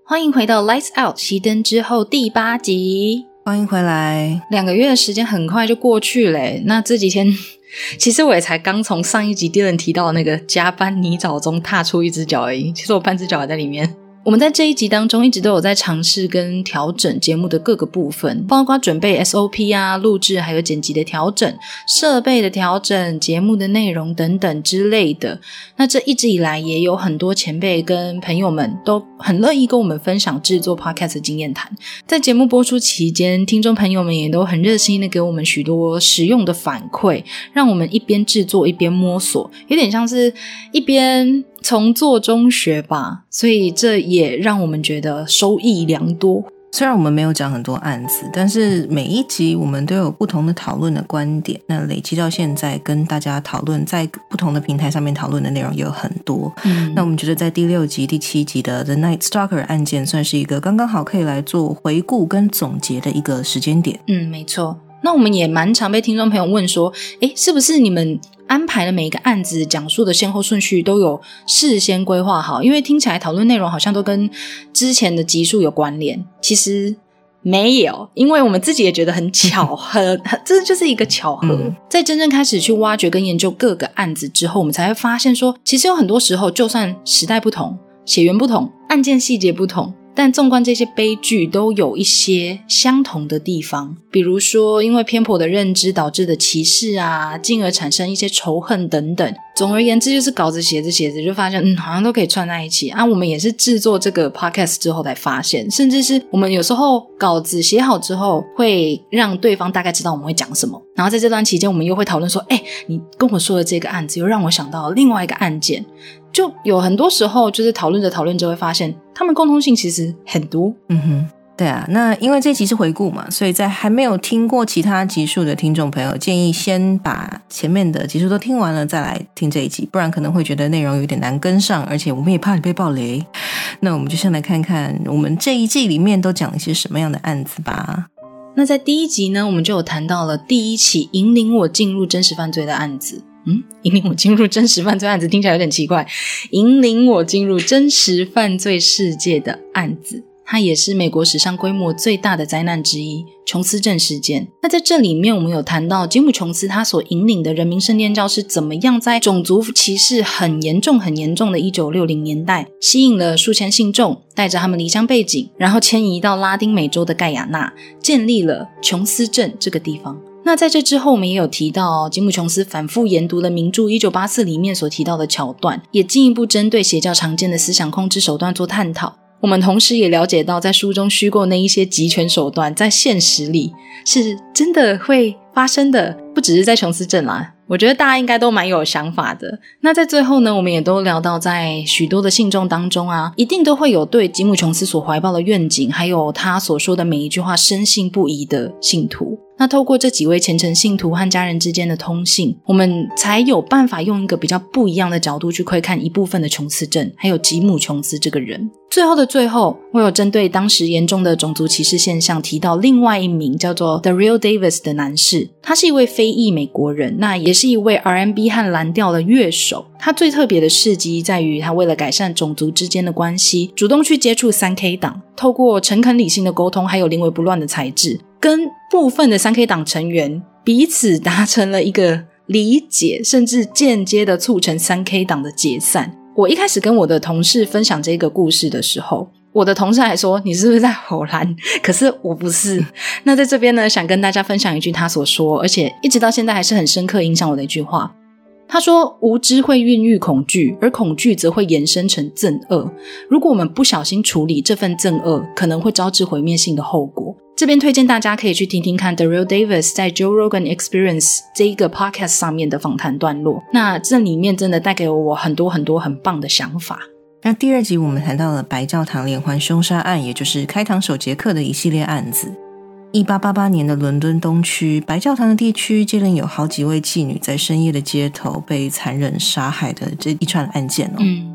欢迎回到 Lights Out 熄灯之后第8集。 欢迎回来。 2个月的时间很快就过去了耶。那这几天其实我也才刚从上一集 Dylan 提到的那个加班泥沼中踏出一只脚而已，其实我半只脚还在里面。我们在这一集当中一直都有在尝试跟调整节目的各个部分，包括准备 SOP 啊、录制还有剪辑的调整、设备的调整、节目的内容等等之类的。那这一直以来也有很多前辈跟朋友们都很乐意跟我们分享制作 Podcast 的经验谈。在节目播出期间，听众朋友们也都很热心的给我们许多实用的反馈，让我们一边制作一边摸索，有点像是一边从做中学吧，所以这也让我们觉得收益良多。 虽然我们没有讲很多案子，但是每一集我们都有不同的讨论的观点，那累积到现在跟大家讨论在不同的平台上面讨论的内容也有很多。那我们觉得在第6集第7集的 The Night Stalker 案件算是一个刚刚好可以来做回顾跟总结的一个时间点。 没错。那我们也蛮常被听众朋友问说，是不是你们安排的每一个案子讲述的先后顺序都有事先规划好？因为听起来讨论内容好像都跟之前的集数有关联，其实没有，因为我们自己也觉得很巧合这就是一个巧合。在真正开始去挖掘跟研究各个案子之后，我们才会发现说，其实有很多时候就算时代不同、血缘不同、案件细节不同，但纵观这些悲剧都有一些相同的地方，比如说因为偏颇的认知导致的歧视啊，进而产生一些仇恨等等。总而言之，就是稿子写着写着就发现好像都可以串在一起啊。我们也是制作这个 podcast 之后才发现，甚至是我们有时候稿子写好之后会让对方大概知道我们会讲什么，然后在这段期间我们又会讨论说你跟我说的这个案子又让我想到另外一个案件，就有很多时候就是讨论着会发现他们共通性其实很多。 对啊，那因为这集是回顾嘛，所以在还没有听过其他集数的听众朋友，建议先把前面的集数都听完了再来听这一集，不然可能会觉得内容有点难跟上，而且我们也怕你被爆雷。那我们就先来看看我们这一季里面都讲了一些什么样的案子吧。 那在第1集呢，我们就有谈到了第1起引领我进入真实犯罪的案子。引领我进入真实犯罪案子听起来有点奇怪，引领我进入真实犯罪世界的案子，它也是美国史上规模最大的灾难之一，琼斯镇事件。那在这里面我们有谈到吉姆琼斯他所引领的人民圣殿教是怎么样在种族歧视很严重的1960年代吸引了数千信众，带着他们离乡背景，然后迁移到拉丁美洲的盖亚纳，建立了琼斯镇这个地方。那在这之后我们也有提到吉姆琼斯反复研读了名著1984里面所提到的桥段，也进一步针对邪教常见的思想控制手段做探讨。我们同时也了解到在书中虚构那一些集权手段在现实里是真的会发生的，不只是在琼斯镇啦，我觉得大家应该都蛮有想法的。那在最后呢，我们也都聊到在许多的信众当中啊，一定都会有对吉姆琼斯所怀抱的愿景还有他所说的每一句话深信不疑的信徒。那透过这几位虔诚信徒和家人之间的通信，我们才有办法用一个比较不一样的角度去窥看一部分的琼斯镇还有吉姆琼斯这个人。最后的最后，我有针对当时严重的种族歧视现象提到另外一名叫做 Daryl Davis 的男士，他是一位非裔美国人，那也是一位 R&B 和蓝调的乐手。他最特别的事迹在于他为了改善种族之间的关系，主动去接触 3K 党，透过诚恳理性的沟通还有临危不乱的才智，跟部分的 3K 党成员彼此达成了一个理解，甚至间接的促成 3K 党的解散。我一开始跟我的同事分享这个故事的时候，我的同事还说你是不是在吼烂，可是我不是。那在这边呢，想跟大家分享一句他所说，而且一直到现在还是很深刻影响我的一句话。他说，无知会孕育恐惧，而恐惧则会延伸成憎恶，如果我们不小心处理这份憎恶，可能会招致毁灭性的后果。这边推荐大家可以去听听看 Daryl Davis 在 Joe Rogan Experience 这一个 podcast 上面的访谈段落，那这里面真的带给我很多很多很棒的想法。 那第2集我们谈到了白教堂连环凶杀案，也就是开膛手杰克的一系列案子。1888年的伦敦东区白教堂的地区接连有好几位妓女在深夜的街头被残忍杀害的这一串案件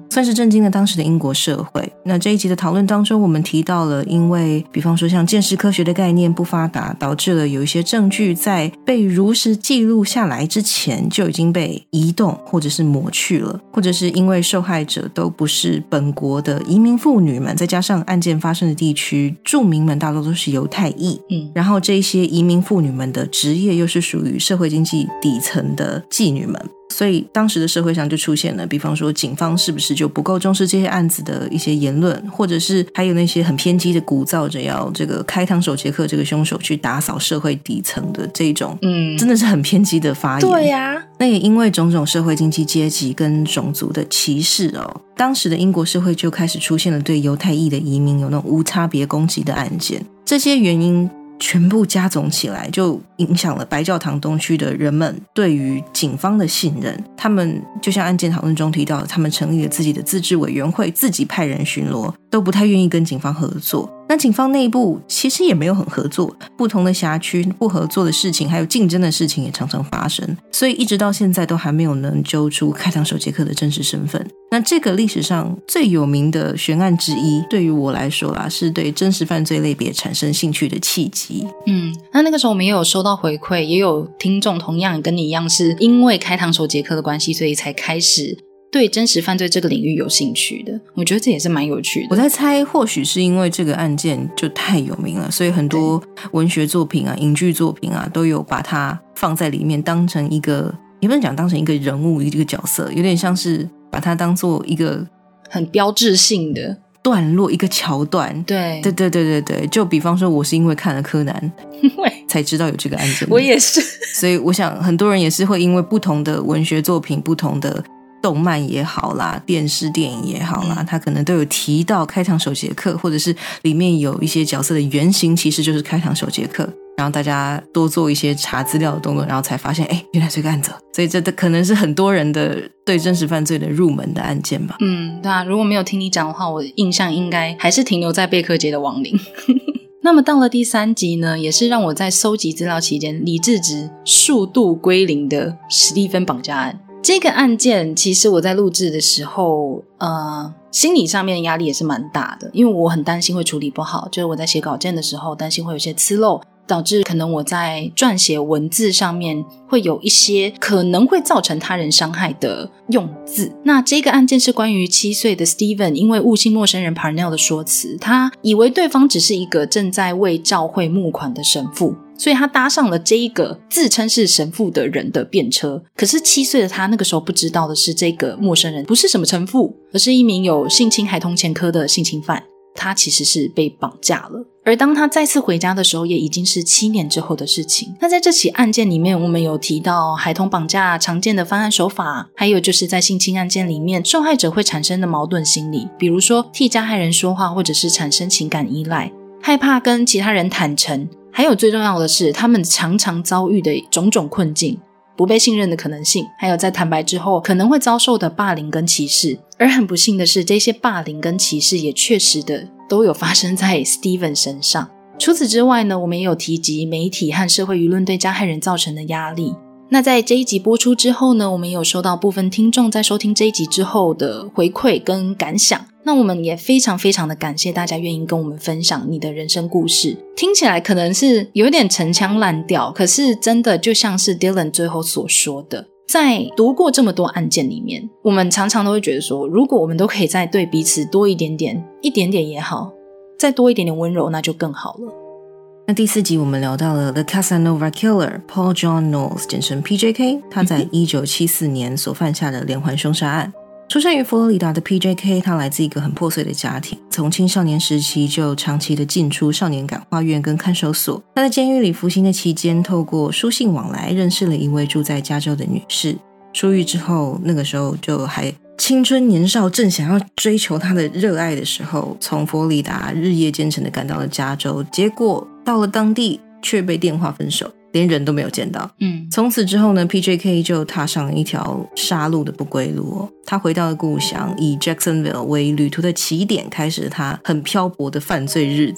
算是震惊了当时的英国社会。那这一集的讨论当中，我们提到了因为比方说像鉴识科学的概念不发达，导致了有一些证据在被如实记录下来之前就已经被移动或者是抹去了，或者是因为受害者都不是本国的移民妇女们，再加上案件发生的地区住民们大多都是犹太裔，然后这些移民妇女们的职业又是属于社会经济底层的妓女们，所以当时的社会上就出现了比方说警方是不是就不够重视这些案子的一些言论，或者是还有那些很偏激的鼓噪着要这个开膛手杰克这个凶手去打扫社会底层的这种真的是很偏激的发言。 对呀， 那也因为种种社会经济阶级跟种族的歧视当时的英国社会就开始出现了对犹太裔的移民有那种无差别攻击的案件，这些原因全部加总起来，就影响了白教堂东区的人们对于警方的信任。他们就像案件讨论中提到的，他们成立了自己的自治委员会，自己派人巡逻，都不太愿意跟警方合作。那警方内部其实也没有很合作，不同的辖区不合作的事情还有竞争的事情也常常发生，所以一直到现在都还没有能揪出开膛手杰克的真实身份。那这个历史上最有名的悬案之一，对于我来说啦，是对真实犯罪类别产生兴趣的契机。 那个时候我们也有收到回馈，也有听众同样跟你一样是因为开膛手杰克的关系，所以才开始对真实犯罪这个领域有兴趣的。我觉得这也是蛮有趣的。 我在猜或许是因为这个案件就太有名了，所以很多文学作品啊、影剧作品啊都有把它放在里面，当成一个，也不能讲当成一个人物一个角色，有点像是把它当做一个很标志性的段落，一个桥段。 对， 就比方说我是因为看了柯南才知道有这个案件， 我也是。 所以我想很多人也是会因为不同的文学作品、不同的动漫也好啦，电视电影也好啦，他可能都有提到开膛手杰克，或者是里面有一些角色的原型其实就是开膛手杰克，然后大家多做一些查资料的动作，然后才发现原来是个案子。所以这可能是很多人的对真实犯罪的入门的案件吧。 对啊，如果没有听你讲的话，我印象应该还是停留在贝克街的亡灵。那么到了第3集呢，也是让我在搜集资料期间理智值数度归零的史蒂芬绑架案。这个案件其实我在录制的时候心理上面的压力也是蛮大的，因为我很担心会处理不好，就是我在写稿件的时候担心会有些纰漏，导致可能我在撰写文字上面会有一些可能会造成他人伤害的用字。那这个案件是关于7岁的 Steven 因为误信陌生人 Parnell 的说辞，他以为对方只是一个正在为教会募款的神父，所以他搭上了这一个自称是神父的人的便车。可是7岁的他那个时候不知道的是，这个陌生人不是什么神父，而是一名有性侵孩童前科的性侵犯，他其实是被绑架了。而当他再次回家的时候，也已经是7年之后的事情。那在这起案件里面，我们有提到孩童绑架常见的犯案手法，还有就是在性侵案件里面受害者会产生的矛盾心理，比如说替加害人说话，或者是产生情感依赖，害怕跟其他人坦诚，还有最重要的是他们常常遭遇的种种困境，不被信任的可能性，还有在坦白之后可能会遭受的霸凌跟歧视。而很不幸的是，这些霸凌跟歧视也确实的都有发生在 Steven 身上。除此之外呢，我们也有提及媒体和社会舆论对加害人造成的压力。那在这一集播出之后呢，我们也有收到部分听众在收听这一集之后的回馈跟感想。那我们也非常非常的感谢大家愿意跟我们分享你的人生故事。听起来可能是有点陈腔滥调，可是真的就像是 Dylan 最后所说的，在读过这么多案件里面，我们常常都会觉得说，如果我们都可以再对彼此多一点点也好，再多一点点温柔，那就更好了。 那第4集我们聊到了 The Casanova Killer Paul John Knowles 简称 PJK， 他在1974年所犯下的连环凶杀案。出生于佛罗里达的 PJK， 他来自一个很破碎的家庭，从青少年时期就长期的进出少年感化院跟看守所。他在监狱里服刑的期间，透过书信往来认识了一位住在加州的女士。出狱之后，那个时候就还青春年少，正想要追求他的热爱的时候，从佛罗里达日夜兼程的赶到了加州，结果到了当地却被电话分手，连人都没有见到。从此之后呢， PJK 就踏上了一条杀戮的不归路他回到了故乡，以 Jacksonville 为旅途的起点，开始了他很漂泊的犯罪日子。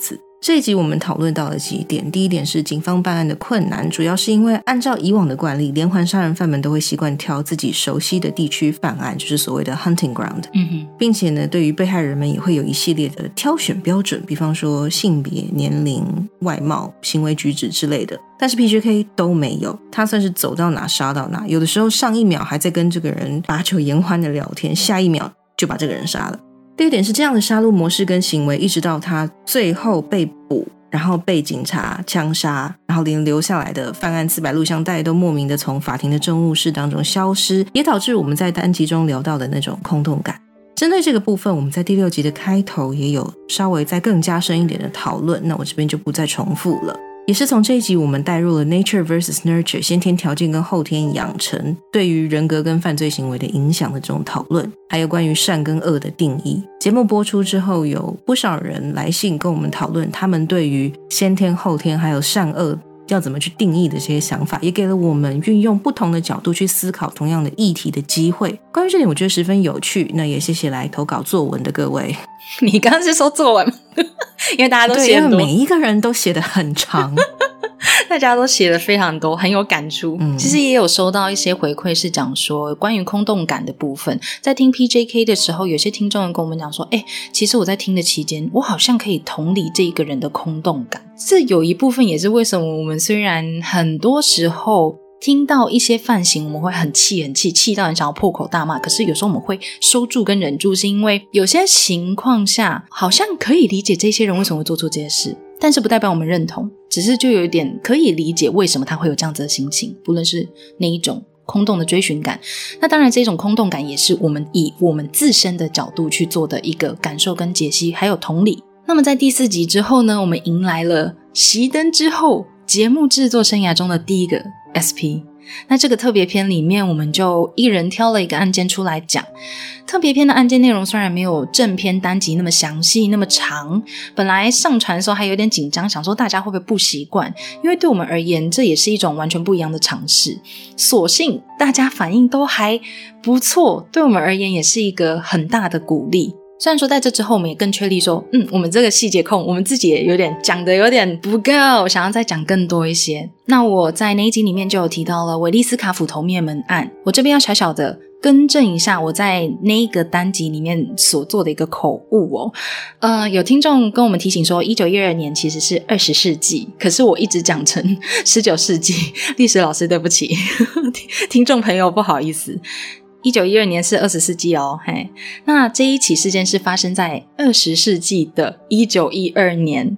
这一集我们讨论到了几点，第一点是警方办案的困难，主要是因为按照以往的惯例，连环杀人犯们都会习惯挑自己熟悉的地区犯案，就是所谓的 hunting ground，并且呢，对于被害人们也会有一系列的挑选标准，比方说性别、年龄、外貌、行为举止之类的，但是 PJK 都没有，他算是走到哪杀到哪，有的时候上一秒还在跟这个人把酒言欢的聊天，下一秒就把这个人杀了。第二点是这样的杀戮模式跟行为，一直到他最后被捕，然后被警察枪杀，然后连留下来的犯案400录像带都莫名的从法庭的政务室当中消失，也导致我们在单集中聊到的那种空洞感。针对这个部分，我们在第6集的开头也有稍微再更加深一点的讨论，那我这边就不再重复了。也是从这一集我们带入了 nature versus nurture 先天条件跟后天养成对于人格跟犯罪行为的影响的这种讨论，还有关于善跟恶的定义。节目播出之后，有不少人来信跟我们讨论他们对于先天后天还有善恶要怎么去定义的这些想法，也给了我们运用不同的角度去思考同样的议题的机会。关于这点我觉得十分有趣，那也谢谢来投稿作文的各位。 你刚刚是说作文吗？因为大家都写很多， 对，因为每一个人都写得很长大家都写了非常多，很有感触。其实也有收到一些回馈，是讲说关于空洞感的部分，在听 PJK 的时候，有些听众跟我们讲说其实我在听的期间，我好像可以同理这一个人的空洞感。这有一部分也是为什么我们虽然很多时候听到一些犯行我们会很气到很想要破口大骂，可是有时候我们会收住跟忍住，是因为有些情况下好像可以理解这些人为什么会做出这些事，但是不代表我们认同，只是就有一点可以理解为什么他会有这样子的心情，不论是那一种空洞的追寻感。那当然这种空洞感也是我们以我们自身的角度去做的一个感受跟解析还有同理。那么在第4集之后呢，我们迎来了熄灯之后节目制作生涯中的第一个 SP。 那这个特别篇里面，我们就一人挑了一个案件出来讲。特别篇的案件内容虽然没有正篇单集那么详细那么长，本来上传的时候还有点紧张，想说大家会不会不习惯，因为对我们而言这也是一种完全不一样的尝试。所幸大家反应都还不错，对我们而言也是一个很大的鼓励。虽然说在这之后我们也更确立说我们这个细节控我们自己也有点讲的有点不够，想要再讲更多一些。那我在那一集里面就有提到了维利斯卡斧头灭门案，我这边要小小的更正一下我在那个单集里面所做的一个口误哦。有听众跟我们提醒说1912年其实是20世纪，可是我一直讲成19世纪，历史老师对不起听众朋友不好意思，1912年是20世纪哦。那这一起事件是发生在20世纪的1912年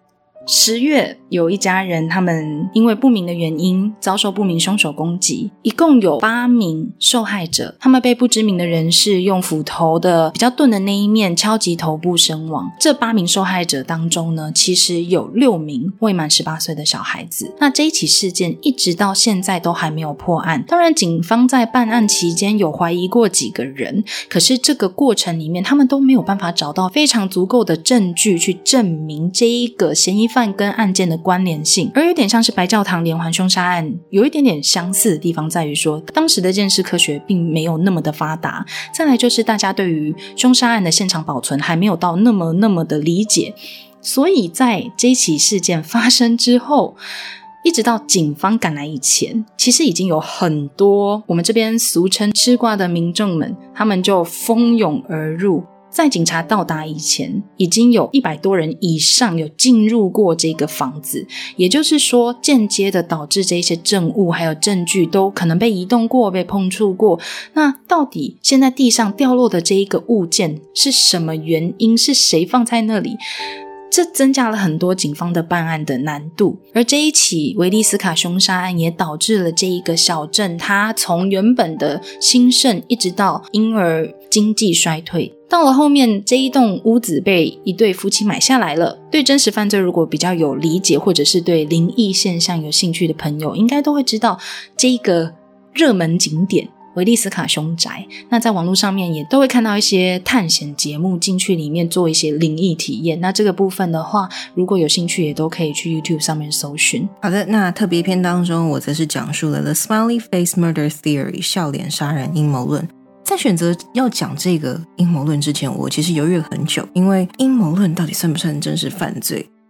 10月，有一家人他们因为不明的原因遭受不明凶手攻击，一共有8名受害者，他们被不知名的人士用斧头的比较钝的那一面敲击头部身亡。这8名受害者当中呢，其实有6名未满18岁的小孩子。那这一起事件一直到现在都还没有破案，当然警方在办案期间有怀疑过几个人，可是这个过程里面他们都没有办法找到非常足够的证据去证明这一个嫌疑犯跟案件的关联性。而有点像是白教堂连环凶杀案有一点点相似的地方在于说，当时的鉴识科学并没有那么的发达，再来就是大家对于凶杀案的现场保存还没有到那么的理解，所以在这起事件发生之后，一直到警方赶来以前，其实已经有很多我们这边俗称吃瓜的民众们，他们就蜂拥而入。在警察到达以前，已经有100多人以上有进入过这个房子，也就是说间接的导致这些证物还有证据都可能被移动过被碰触过。那到底现在地上掉落的这一个物件是什么原因，是谁放在那里，这增加了很多警方的办案的难度。而这一起维利斯卡凶杀案也导致了这一个小镇它从原本的兴盛一直到因而经济衰退。到了后面这一栋屋子被一对夫妻买下来了，对真实犯罪如果比较有理解或者是对灵异现象有兴趣的朋友应该都会知道这一个热门景点维利斯卡凶宅。那在网络上面也都会看到一些探险节目进去里面做一些灵异体验，那这个部分的话如果有兴趣也都可以去 YouTube 上面搜寻。 好的，那特别篇当中我则是讲述了 The Smiley Face Murder Theory 笑脸杀人阴谋论。在选择要讲这个阴谋论之前，我其实犹豫了很久，因为阴谋论到底算不算真实犯罪？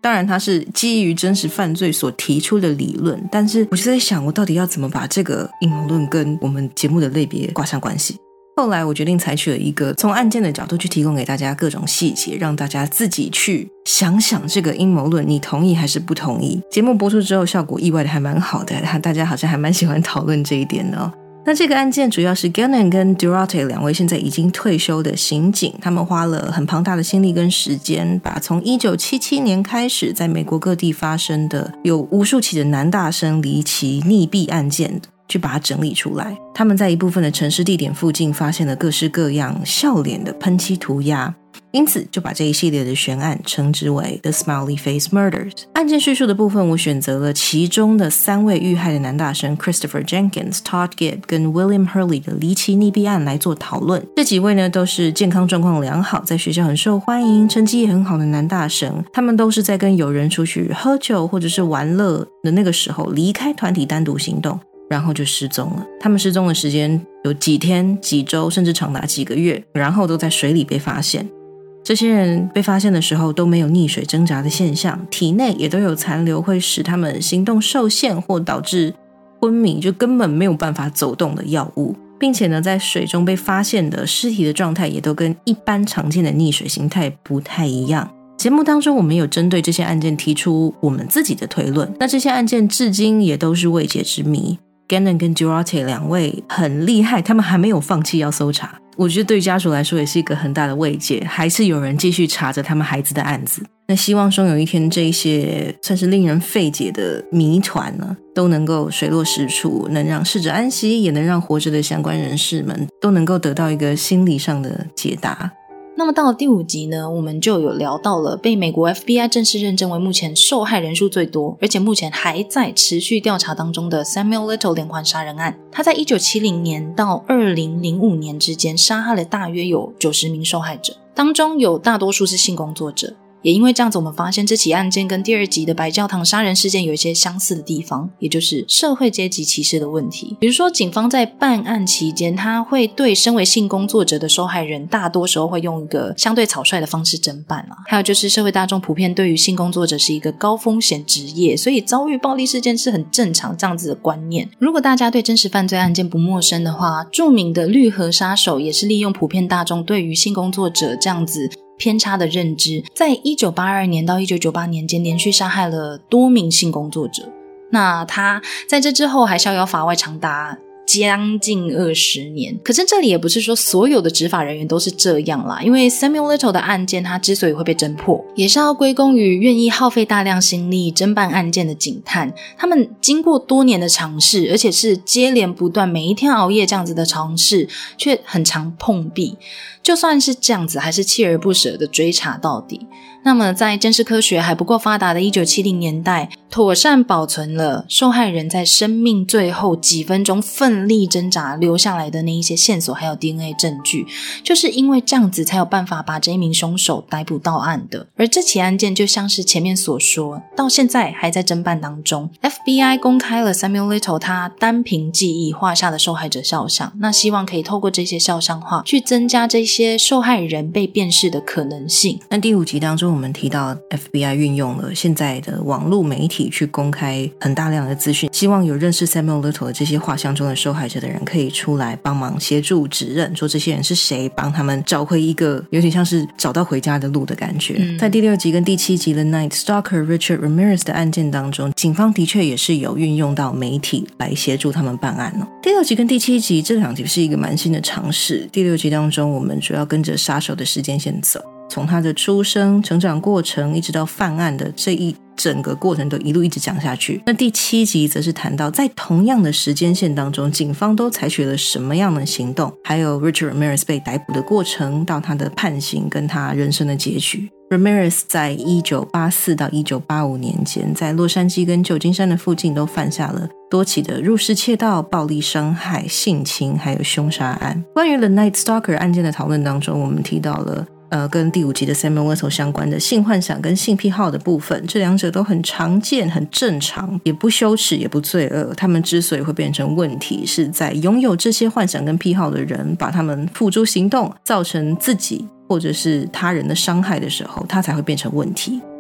当然它是基于真实犯罪所提出的理论，但是我就在想，我到底要怎么把这个阴谋论跟我们节目的类别挂上关系。后来我决定采取了一个从案件的角度去提供给大家各种细节，让大家自己去想想这个阴谋论你同意还是不同意。节目播出之后效果意外的还蛮好的，大家好像还蛮喜欢讨论这一点的哦。那这个案件主要是 Gannon 跟 Duarte 两位现在已经退休的刑警，他们花了很庞大的心力跟时间，把从1977年开始在美国各地发生的有无数起的男大生离奇溺毙案件去把它整理出来。他们在一部分的城市地点附近发现了各式各样笑脸的喷漆涂鸦，因此就把这一系列的悬案称之为 The Smiley Face Murders。 案件叙述的部分，我选择了其中的3位遇害的男大生 Christopher Jenkins、Todd Gibb 跟 William Hurley 的离奇溺毙案来做讨论。这几位呢都是健康状况良好，在学校很受欢迎，成绩也很好的男大生，他们都是在跟友人出去喝酒或者是玩乐的那个时候离开团体单独行动，然后就失踪了。他们失踪的时间有几天、几周，甚至长达几个月，然后都在水里被发现。这些人被发现的时候都没有溺水挣扎的现象，体内也都有残留会使他们行动受限或导致昏迷，就根本没有办法走动的药物，并且呢，在水中被发现的尸体的状态也都跟一般常见的溺水形态不太一样。节目当中我们有针对这些案件提出我们自己的推论，那这些案件至今也都是未解之谜。Gannon 跟 Duarte 两位很厉害，他们还没有放弃要搜查，我觉得对家属来说也是一个很大的慰藉，还是有人继续查着他们孩子的案子。那希望终有一天这一些算是令人费解的谜团呢，都能够水落石出，能让逝者安息，也能让活着的相关人士们都能够得到一个心理上的解答。 那么到了第5集呢，我们就有聊到了被美国 FBI 正式认证为目前受害人数最多，而且目前还在持续调查当中的 Samuel Little 连环杀人案。他在1970年到2005年之间杀害了大约有90名受害者，当中有大多数是性工作者。也因为这样子，我们发现这起案件跟第2集的白教堂杀人事件有一些相似的地方，也就是社会阶级歧视的问题。比如说警方在办案期间，他会对身为性工作者的受害人大多时候会用一个相对草率的方式侦办啊。还有就是社会大众普遍对于性工作者是一个高风险职业，所以遭遇暴力事件是很正常这样子的观念。如果大家对真实犯罪案件不陌生的话，著名的绿河杀手也是利用普遍大众对于性工作者这样子偏差的认知，在1982年到1998年间连续杀害了多名性工作者。那他在这之后还逍遥法外长达将近20年。可是这里也不是说所有的执法人员都是这样啦，因为 Samuel Little 的案件他之所以会被侦破，也是要归功于愿意耗费大量心力侦办案件的警探。他们经过多年的尝试，而且是接连不断，每一天熬夜这样子的尝试，却很常碰壁。就算是这样子，还是锲而不舍的追查到底。那么在侦识科学还不够发达的1970年代，妥善保存了受害人在生命最后几分钟奋力挣扎留下来的那一些线索还有 DNA 证据，就是因为这样子才有办法把这一名凶手逮捕到案的。而这起案件就像是前面所说，到现在还在侦办当中。 FBI 公开了 Samuel Little 他单凭记忆画下的受害者肖像，那希望可以透过这些肖像画去增加这些受害人被辨识的可能性。 那第5集当中我们提到 FBI 运用了现在的网络媒体去公开很大量的资讯，希望有认识 Samuel Little 的这些画像中的受害者的人可以出来帮忙协助指认，说这些人是谁，帮他们找回一个有点像是找到回家的路的感觉。在第6集跟第7集的 Night Stalker Richard Ramirez 的案件当中，警方的确也是有运用到媒体来协助他们办案哦。第6集跟第7集这2集是一个蛮新的尝试。第6集当中我们主要跟着杀手的时间线走，从他的出生、成长过程一直到犯案的这一整个过程都一路一直讲下去。那第7集则是谈到在同样的时间线当中，警方都采取了什么样的行动，还有 Richard Ramirez 被逮捕的过程到他的判刑跟他人生的结局。Ramirez 在1984到1985年间，在洛杉矶跟旧金山的附近都犯下了多起的入室窃盗、暴力伤害、性侵还有凶杀案。关于 The Night Stalker 案件的讨论当中，我们提到了跟第5集的 Samuel Little 相关的性幻想跟性癖好的部分，这2者都很常见很正常，也不羞耻也不罪恶。他们之所以会变成问题，是在拥有这些幻想跟癖好的人把他们付诸行动，造成自己或者是他人的伤害的时候，它才会变成问题。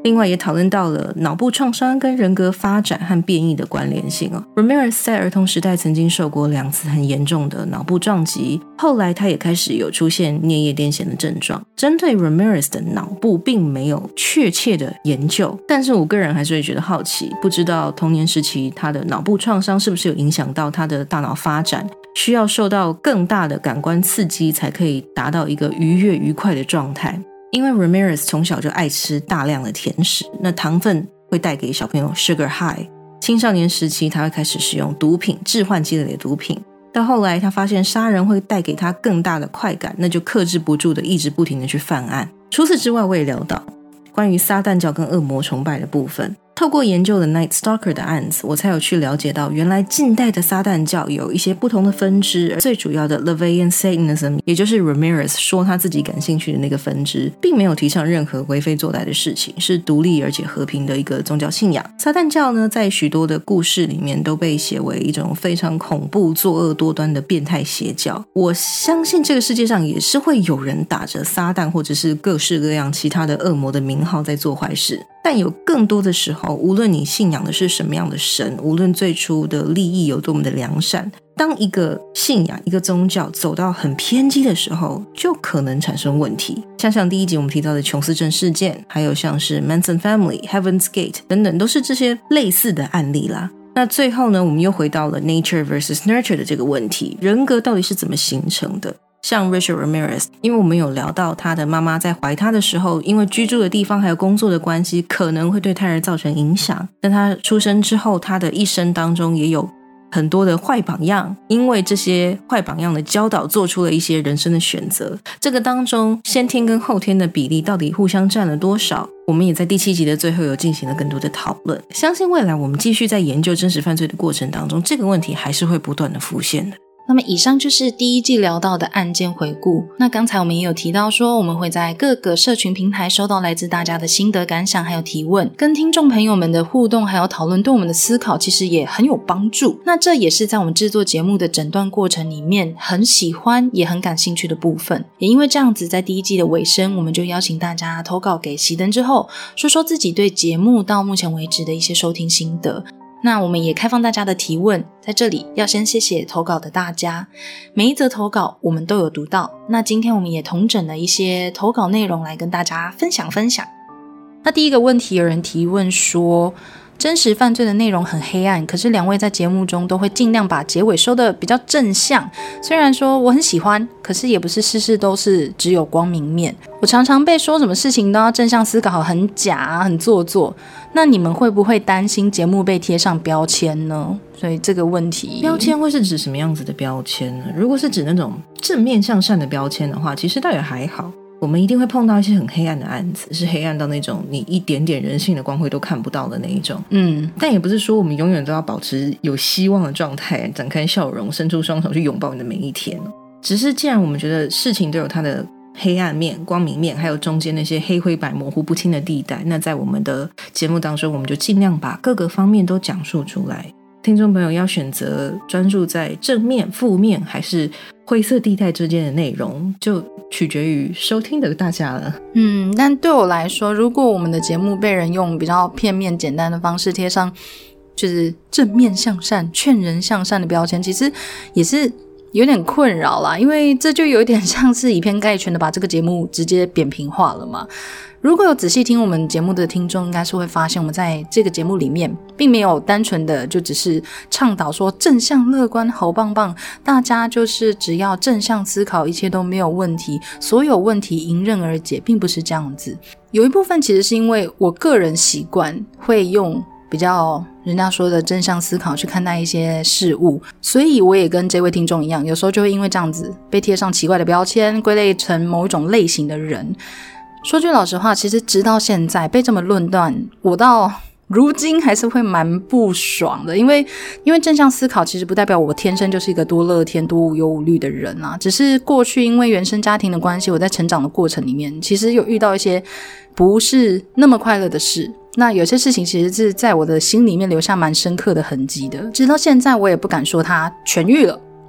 另外也讨论到了脑部创伤跟人格发展和变异的关联性Ramirez 在儿童时代曾经受过2次很严重的脑部撞击，后来他也开始有出现颞叶癫痫的症状。针对 Ramirez 的脑部并没有确切的研究，但是我个人还是会觉得好奇，不知道童年时期他的脑部创伤是不是有影响到他的大脑发展，需要受到更大的感官刺激才可以达到一个愉悦愉快的状态。因为 Ramirez 从小就爱吃大量的甜食，那糖分会带给小朋友 sugar high， 青少年时期他会开始使用毒品，致幻剂类的毒品，到后来他发现杀人会带给他更大的快感，那就克制不住的一直不停的去犯案。除此之外，我也聊到关于撒旦教跟恶魔崇拜的部分，透过研究了 Night Stalker 的案子，我才有去了解到原来近代的撒旦教有一些不同的分支，而最主要的 LaVeyan Satanism 也就是 Ramirez 说他自己感兴趣的那个分支，并没有提倡任何为非作歹的事情，是独立而且和平的一个宗教信仰。撒旦教呢，在许多的故事里面都被写为一种非常恐怖作恶多端的变态邪教。我相信这个世界上也是会有人打着撒旦或者是各式各样其他的恶魔的名号在做坏事，但有更多的时候，无论你信仰的是什么样的神，无论最初的利益有多么的良善，当一个信仰一个宗教走到很偏激的时候，就可能产生问题。像第一集我们提到的琼斯镇事件，还有像是 Manson Family、 Heaven's Gate 等等，都是这些类似的案例啦。那最后呢，我们又回到了 nature versus nurture 的这个问题，人格到底是怎么形成的。像 Richard Ramirez， 因为我们有聊到他的妈妈在怀他的时候，因为居住的地方还有工作的关系，可能会对胎儿造成影响。但他出生之后，他的一生当中也有很多的坏榜样，因为这些坏榜样的教导做出了一些人生的选择，这个当中先天跟后天的比例到底互相占了多少，我们也在第7集的最后有进行了更多的讨论。相信未来我们继续在研究真实犯罪的过程当中，这个问题还是会不断的浮现的。 那么以上就是第1季聊到的案件回顾。那刚才我们也有提到说，我们会在各个社群平台收到来自大家的心得感想还有提问，跟听众朋友们的互动还有讨论对我们的思考其实也很有帮助。那这也是在我们制作节目的整段过程里面很喜欢也很感兴趣的部分。也因为这样子，在第1季的尾声，我们就邀请大家投稿给熄灯之后，说说自己对节目到目前为止的一些收听心得。那我们也开放大家的提问，在这里要先谢谢投稿的大家，每一则投稿我们都有读到。那今天我们也统整了一些投稿内容来跟大家分享。那第一个问题，有人提问说，真实犯罪的内容很黑暗，可是2位在节目中都会尽量把结尾收得比较正向，虽然说我很喜欢，可是也不是事事都是只有光明面。我常常被说什么事情都要正向思考，很假很做作，那你们会不会担心节目被贴上标签呢？所以这个问题， 标签会是指什么样子的标签呢？如果是指那种正面向善的标签的话，其实倒也还好。我们一定会碰到一些很黑暗的案子，是黑暗到那种你一点点人性的光辉都看不到的那一种。但也不是说我们永远都要保持有希望的状态，展开笑容，伸出双手去拥抱你的每一天。只是既然我们觉得事情都有它的黑暗面、光明面，还有中间那些黑灰白模糊不清的地带，那在我们的节目当中，我们就尽量把各个方面都讲述出来。听众朋友要选择专注在正面、负面还是灰色地带之间的内容，就取决于收听的大家了。 但对我来说，如果我们的节目被人用比较片面简单的方式贴上就是正面向善、劝人向善的标签，其实也是有点困扰啦，因为这就有点像是以偏概全的把这个节目直接扁平化了嘛。如果有仔细听我们节目的听众，应该是会发现我们在这个节目里面并没有单纯的就只是倡导说正向乐观好棒棒，大家就是只要正向思考，一切都没有问题，所有问题迎刃而解，并不是这样子。有一部分其实是因为我个人习惯会用比较人家说的正向思考去看待一些事物，所以我也跟这位听众一样，有时候就会因为这样子被贴上奇怪的标签，归类成某一种类型的人。说句老实话，其实直到现在被这么论断，我到如今还是会蛮不爽的，因为正向思考其实不代表我天生就是一个多乐天多无忧无虑的人啊，只是过去因为原生家庭的关系，我在成长的过程里面其实有遇到一些不是那么快乐的事，那有些事情其实是在我的心里面留下蛮深刻的痕迹的，直到现在我也不敢说它痊愈了，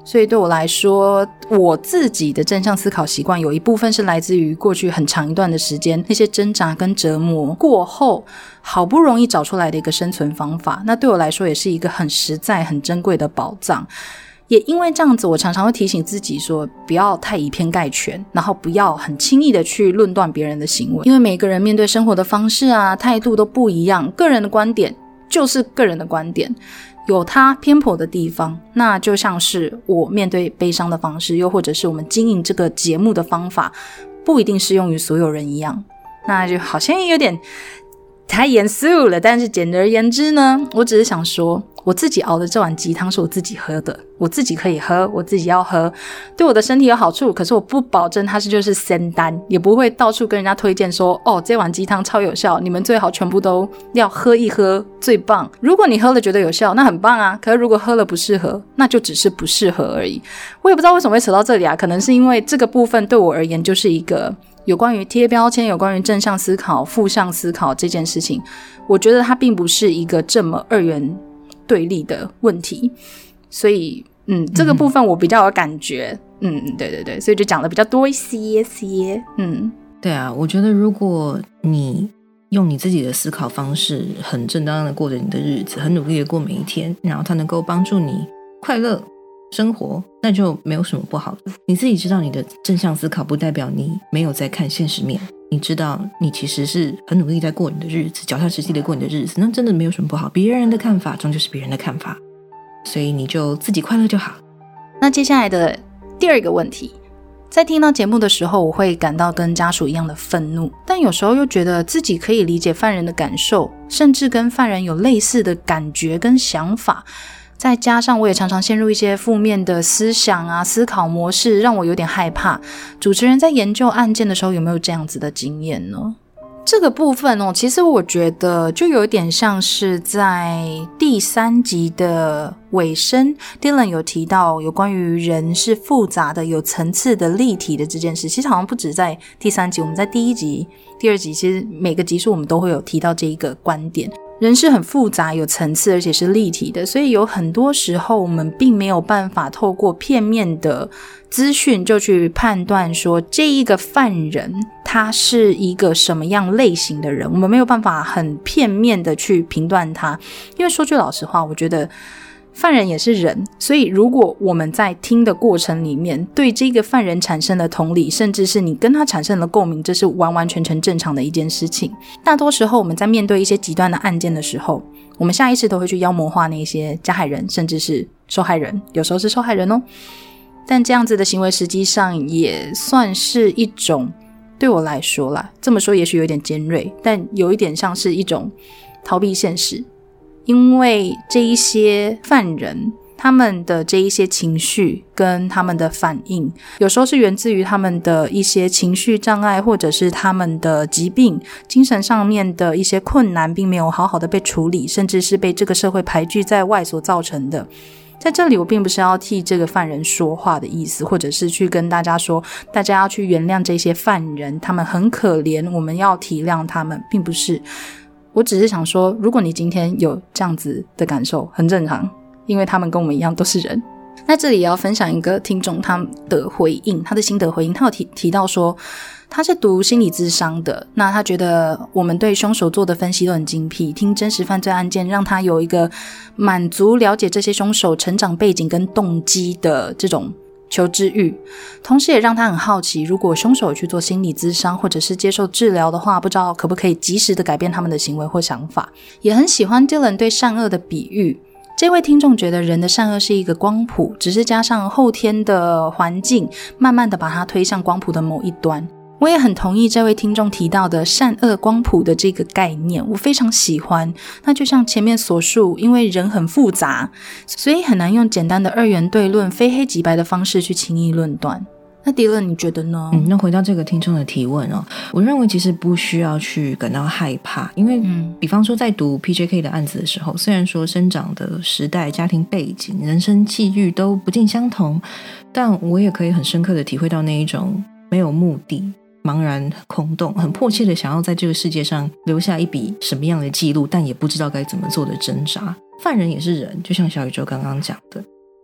所以对我来说，我自己的正向思考习惯有一部分是来自于过去很长一段的时间那些挣扎跟折磨过后好不容易找出来的一个生存方法，那对我来说也是一个很实在很珍贵的宝藏。也因为这样子，我常常会提醒自己说不要太以偏概全，然后不要很轻易的去论断别人的行为，因为每个人面对生活的方式啊态度都不一样，个人的观点就是个人的观点，有它偏颇的地方，那就像是我面对悲伤的方式，又或者是我们经营这个节目的方法不一定适用于所有人一样，那就好像有点太严肃了。但是简而言之呢，我只是想说我自己熬的这碗鸡汤是我自己喝的，我自己可以喝，我自己要喝，对我的身体有好处，可是我不保证它就是仙丹，也不会到处跟人家推荐说这碗鸡汤超有效，你们最好全部都要喝一喝最棒。如果你喝了觉得有效那很棒啊，可是如果喝了不适合，那就只是不适合而已。我也不知道为什么会扯到这里啊，可能是因为这个部分对我而言就是一个有关于贴标签，有关于正向思考负向思考这件事情，我觉得它并不是一个这么二元对立的问题，所以这个部分我比较有感觉，对对对，所以就讲的比较多一些。 对啊，我觉得如果你用你自己的思考方式很正当的过着你的日子，很努力的过每一天，然后它能够帮助你快乐生活，那就没有什么不好的。你自己知道你的正向思考不代表你没有在看现实面，你知道你其实是很努力在过你的日子，脚踏实地的过你的日子，那真的没有什么不好。别人的看法终究是别人的看法，所以你就自己快乐就好。 那接下来的第二个问题，在听到节目的时候，我会感到跟家属一样的愤怒，但有时候又觉得自己可以理解犯人的感受，甚至跟犯人有类似的感觉跟想法，再加上我也常常陷入一些负面的思想啊思考模式，让我有点害怕。主持人在研究案件的时候有没有这样子的经验呢？这个部分其实我觉得就有点像是在第3集的尾声 Dylan 有提到有关于人是复杂的有层次的立体的这件事，其实好像不止在第3集，我们在第1集第2集其实每个集数我们都会有提到这一个观点，人是很复杂有层次而且是立体的，所以有很多时候我们并没有办法透过片面的资讯就去判断说这一个犯人他是一个什么样类型的人，我们没有办法很片面的去评断他。因为说句老实话，我觉得犯人也是人，所以如果我们在听的过程里面对这个犯人产生了同理，甚至是你跟他产生了共鸣，这是完完全全正常的一件事情。大多时候我们在面对一些极端的案件的时候，我们下意识都会去妖魔化那些加害人甚至是受害人，有时候是受害人但这样子的行为实际上也算是一种，对我来说啦，这么说也许有点尖锐，但有一点像是一种逃避现实。因为这一些犯人他们的这一些情绪跟他们的反应有时候是源自于他们的一些情绪障碍，或者是他们的疾病精神上面的一些困难并没有好好的被处理，甚至是被这个社会排拒在外所造成的。在这里我并不是要替这个犯人说话的意思，或者是去跟大家说大家要去原谅这些犯人，他们很可怜，我们要体谅他们，并不是。我只是想说，如果你今天有这样子的感受很正常，因为他们跟我们一样都是人。那这里也要分享一个听众他的回应，他的心得回应，他有提到说他是读心理咨商的，那他觉得我们对凶手做的分析都很精辟，听真实犯罪案件让他有一个满足了解这些凶手成长背景跟动机的这种求知欲，同时也让他很好奇，如果凶手去做心理咨商或者是接受治疗的话，不知道可不可以及时的改变他们的行为或想法。也很喜欢 Dylan 对善恶的比喻，这位听众觉得人的善恶是一个光谱，只是加上后天的环境慢慢的把它推向光谱的某一端。我也很同意这位听众提到的善恶光谱的这个概念，我非常喜欢。那就像前面所述，因为人很复杂，所以很难用简单的二元对论非黑即白的方式去轻易论断。那迪伦你觉得呢？ 那回到这个听众的提问我认为其实不需要去感到害怕，因为比方说在读 PJK 的案子的时候，虽然说生长的时代、家庭背景、人生际遇都不尽相同，但我也可以很深刻的体会到那一种没有目的、茫然空洞，很迫切的想要在这个世界上留下一笔什么样的记录，但也不知道该怎么做的挣扎。犯人也是人，就像小宇宙刚刚讲的，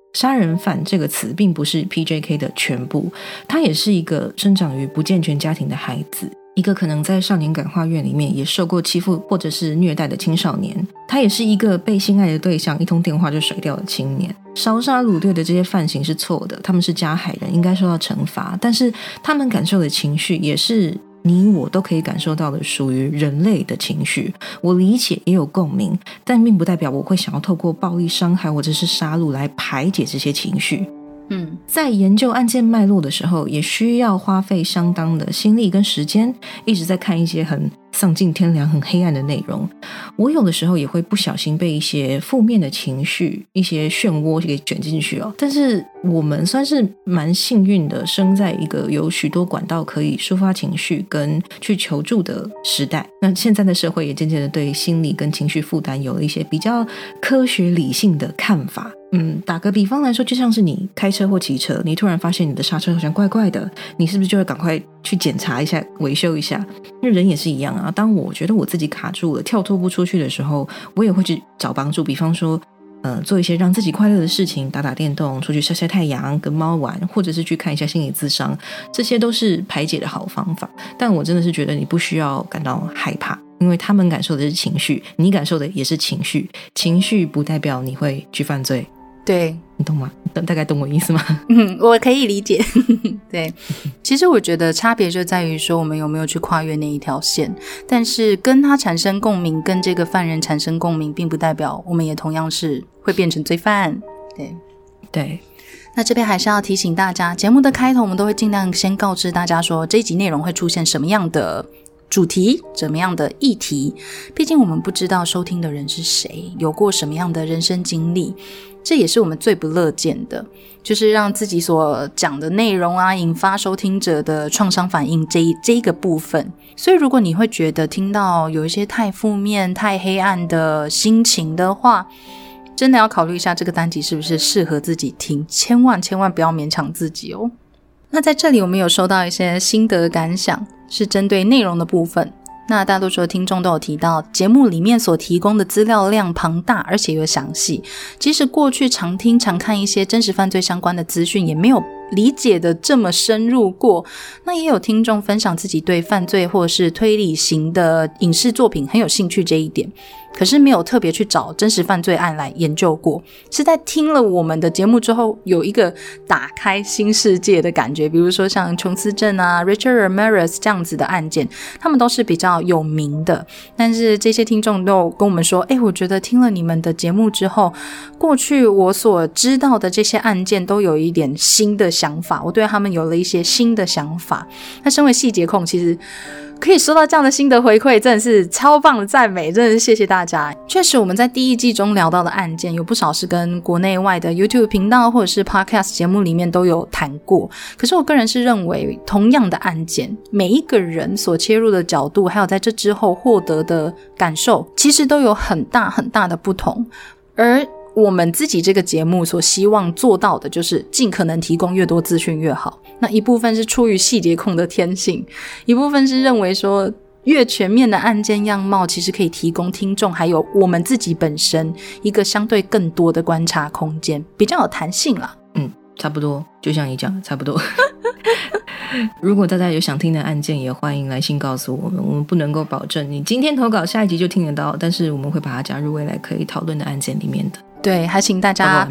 杀人犯这个词并不是 PJK 的全部，他也是一个生长于不健全家庭的孩子，一个可能在少年感化院里面也受过欺负或者是虐待的青少年，他也是一个被心爱的对象一通电话就甩掉的青年。烧杀掳掠的这些犯行是错的，他们是加害人，应该受到惩罚，但是他们感受的情绪也是你我都可以感受到的属于人类的情绪，我理解也有共鸣，但并不代表我会想要透过暴力伤害或者是杀戮来排解这些情绪。在研究案件脉络的时候，也需要花费相当的心力跟时间，一直在看一些很丧尽天良很黑暗的内容。我有的时候也会不小心被一些负面的情绪一些漩涡给卷进去哦。但是我们算是蛮幸运的，生在一个有许多管道可以抒发情绪跟去求助的时代。那现在的社会也渐渐的对心理跟情绪负担有了一些比较科学理性的看法。打个比方来说，就像是你开车或骑车，你突然发现你的刹车好像怪怪的，你是不是就会赶快去检查一下维修一下？那人也是一样啊，当我觉得我自己卡住了跳脱不出去的时候，我也会去找帮助，比方说做一些让自己快乐的事情，打打电动，出去晒晒太阳，跟猫玩，或者是去看一下心理咨商，这些都是排解的好方法。但我真的是觉得你不需要感到害怕，因为他们感受的是情绪，你感受的也是情绪，情绪不代表你会去犯罪。 对， 你懂吗？大概懂我意思吗？ 我可以理解。对，其实我觉得差别就在于说我们有没有去跨越那一条线，但是跟他产生共鸣，跟这个犯人产生共鸣，并不代表我们也同样是会变成罪犯。对，那这边还是要提醒大家，节目的开头我们都会尽量先告知大家说这一集内容会出现什么样的主题，怎么样的议题，毕竟我们不知道收听的人是谁，有过什么样的人生经历，这也是我们最不乐见的，就是让自己所讲的内容啊引发收听者的创伤反应这一个部分。所以如果你会觉得听到有一些太负面太黑暗的心情的话，真的要考虑一下这个单集是不是适合自己听，千万不要勉强自己哦。那在这里我们有收到一些心得感想，是针对内容的部分。那大多数的听众都有提到节目里面所提供的资料量庞大而且又详细，即使过去常听常看一些真实犯罪相关的资讯，也没有理解的这么深入过。那也有听众分享自己对犯罪或是推理型的影视作品很有兴趣这一点，可是没有特别去找真实犯罪案来研究过，是在听了我们的节目之后有一个打开新世界的感觉。比如说像琼斯镇啊 Richard Ramirez 这样子的案件，他们都是比较有名的，但是这些听众都有跟我们说，我觉得听了你们的节目之后，过去我所知道的这些案件都有一点新的想法，我对他们有了一些新的想法。那身为细节控，其实可以收到这样的心得回馈，真的是超棒的赞美，真的是谢谢大家。确实我们在第一季中聊到的案件有不少是跟国内外的 YouTube 频道或者是 Podcast 节目里面都有谈过，可是我个人是认为同样的案件，每一个人所切入的角度还有在这之后获得的感受其实都有很大的不同。而我们自己这个节目所希望做到的就是尽可能提供越多资讯越好，那一部分是出于细节控的天性，一部分是认为说越全面的案件样貌其实可以提供听众还有我们自己本身一个相对更多的观察空间，比较有弹性啦。 差不多就像你讲的差不多。如果大家有想听的案件，也欢迎来信告诉我们，我们不能够保证你今天投稿下一集就听得到，但是我们会把它加入未来可以讨论的案件里面的。 对，还请大家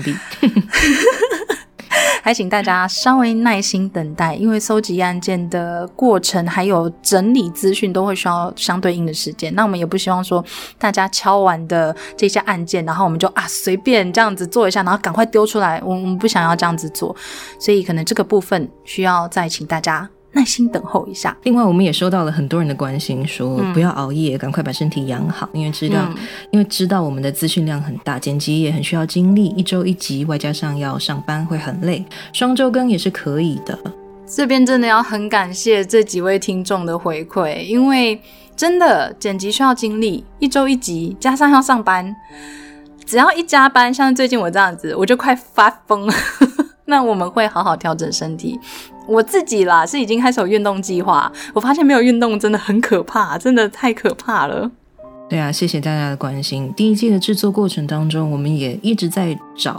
还请大家稍微耐心等待，因为搜集案件的过程还有整理资讯都会需要相对应的时间，那我们也不希望说大家敲完的这些案件然后我们就随便这样子做一下然后赶快丢出来，我们不想要这样子做，所以可能这个部分需要再请大家耐心等候一下。 另外我们也收到了很多人的关心，说不要熬夜，赶快把身体养好，因为知道我们的资讯量很大，剪辑也很需要精力，一周一集，外加上要上班会很累，双周更也是可以的。 这边真的要很感谢这几位听众的回馈，因为真的剪辑需要精力，一周一集加上要上班，只要一加班，像最近我这样子我就快发疯了。那我们会好好调整身体，我自己啦是已经开始有运动计划，我发现没有运动真的很可怕，真的太可怕了。 对啊，谢谢大家的关心。第一季的制作过程当中，我们也一直在找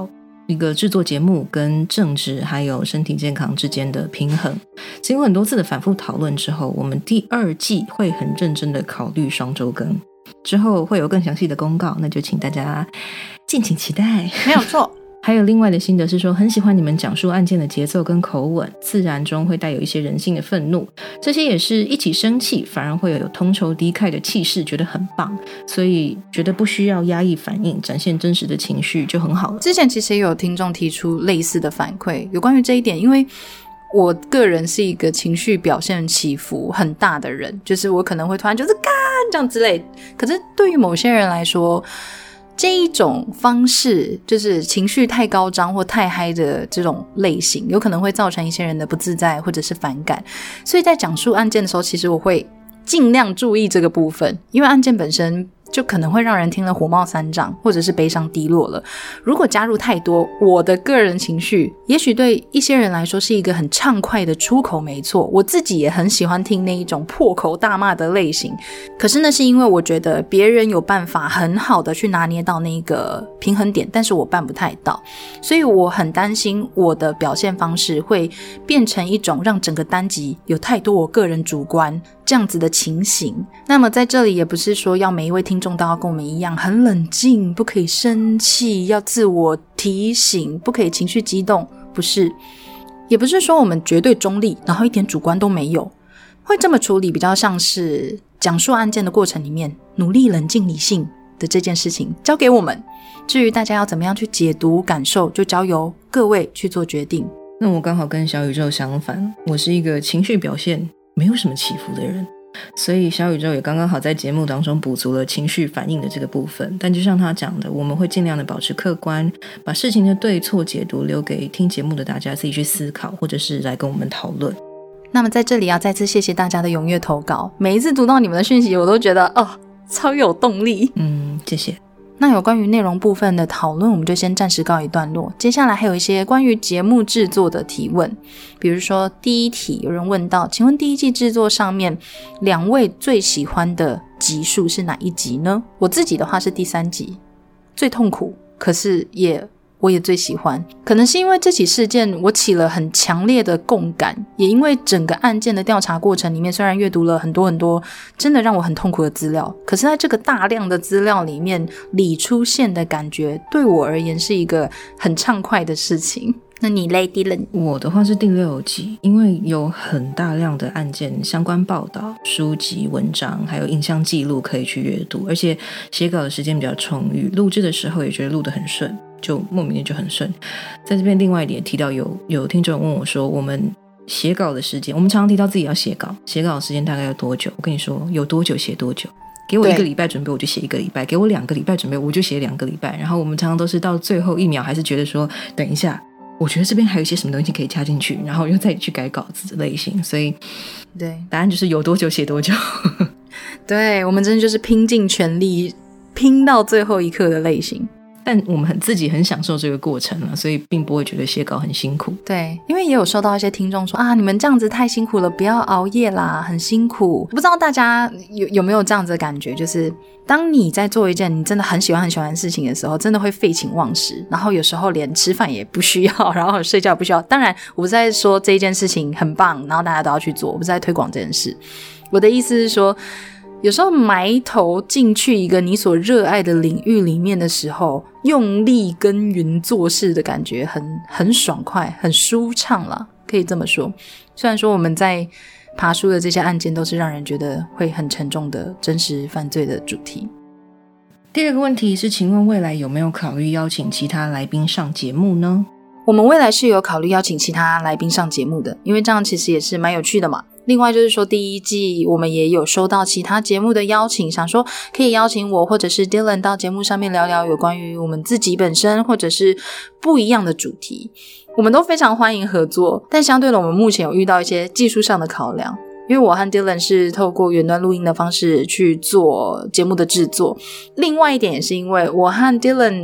一个制作节目跟政治还有身体健康之间的平衡。经过很多次的反复讨论之后，我们第2季会很认真的考虑双周更，之后会有更详细的公告，那就请大家敬请期待。 没有错。 还有另外的心得是说，很喜欢你们讲述案件的节奏跟口吻，自然中会带有一些人性的愤怒，这些也是一起生气反而会有同仇敌忾的气势，觉得很棒，所以觉得不需要压抑反应，展现真实的情绪就很好了。 之前其实也有听众提出类似的反馈，有关于这一点，因为我个人是一个情绪表现起伏很大的人，就是我可能会突然就是干这样之类，可是对于某些人来说，这一种方式就是情绪太高涨或太嗨的这种类型，有可能会造成一些人的不自在或者是反感，所以在讲述案件的时候，其实我会尽量注意这个部分，因为案件本身就可能会让人听了火冒三丈，或者是悲伤低落了。如果加入太多我的个人情绪，也许对一些人来说是一个很畅快的出口，没错，我自己也很喜欢听那一种破口大骂的类型，可是那是因为我觉得别人有办法很好的去拿捏到那个平衡点，但是我办不太到，所以我很担心我的表现方式会变成一种让整个单集有太多我个人主观这样子的情形。那么在这里也不是说要每一位听众都要跟我们一样很冷静，不可以生气，要自我提醒，不可以情绪激动，不是，也不是说我们绝对中立，然后一点主观都没有，会这么处理比较像是讲述案件的过程里面努力冷静理性的这件事情交给我们，至于大家要怎么样去解读感受，就交由各位去做决定。 那我刚好跟小宇宙相反，我是一个情绪表现没有什么起伏的人，所以小宇宙也刚刚好在节目当中补足了情绪反应的这个部分。但就像他讲的，我们会尽量的保持客观，把事情的对错解读留给听节目的大家自己去思考，或者是来跟我们讨论。 那么在这里要再次谢谢大家的踊跃投稿，每一次读到你们的讯息我都觉得超有动力。 谢谢。 那有关于内容部分的讨论我们就先暂时告一段落，接下来还有一些关于节目制作的提问。比如说第一题有人问到，请问第1季制作上面2位最喜欢的集数是哪一集呢？我自己的话是第3集，最痛苦，可是我也最喜欢。可能是因为这起事件我起了很强烈的共感，也因为整个案件的调查过程里面，虽然阅读了很多很多真的让我很痛苦的资料，可是在这个大量的资料里面理出现的感觉，对我而言是一个很畅快的事情。那你嘞 Dylan？ 我的话是第6集，因为有很大量的案件相关报道、书籍、文章还有影像记录可以去阅读，而且写稿的时间比较充裕，录制的时候也觉得录得很顺，就莫名的就很顺。在这边另外一点提到，有听众问我说，我们写稿的时间，我们常常提到自己要写稿的时间大概要多久？我跟你说，有多久写多久。给我1个礼拜准备我就写1个礼拜，给我2个礼拜准备我就写2个礼拜。然后我们常常都是到最后1秒还是觉得说等一下，我觉得这边还有一些什么东西可以加进去，然后又再去改稿子的类型。所以对， 答案就是有多久写多久。 对，我们真的就是拼尽全力拼到最后一刻的类型。 但我们自己很享受这个过程了，所以并不会觉得写稿很辛苦。 对，因为也有收到一些听众说啊，你们这样子太辛苦了，不要熬夜啦，很辛苦。不知道大家有没有这样子的感觉，就是当你在做一件你真的很喜欢的事情的时候，真的会废寝忘食，然后有时候连吃饭也不需要，然后睡觉也不需要。当然我不是在说这一件事情很棒，然后大家都要去做，我不是在推广这件事。我的意思是说，有时候埋头进去一个你所热爱的领域里面的时候，用力耕耘做事的感觉很爽快，很舒畅啦，可以这么说。虽然说我们在爬书的这些案件都是让人觉得会很沉重的真实犯罪的主题。 第2个问题是，请问未来有没有考虑邀请其他来宾上节目呢？ 我们未来是有考虑邀请其他来宾上节目的，因为这样其实也是蛮有趣的嘛。另外就是说，第1季我们也有收到其他节目的邀请，想说可以邀请我或者是 Dylan 到节目上面聊聊有关于我们自己本身或者是不一样的主题，我们都非常欢迎合作。但相对的，我们目前有遇到一些技术上的考量，因为我和 Dylan 是透过远端录音的方式去做节目的制作。另外一点也是因为我和 Dylan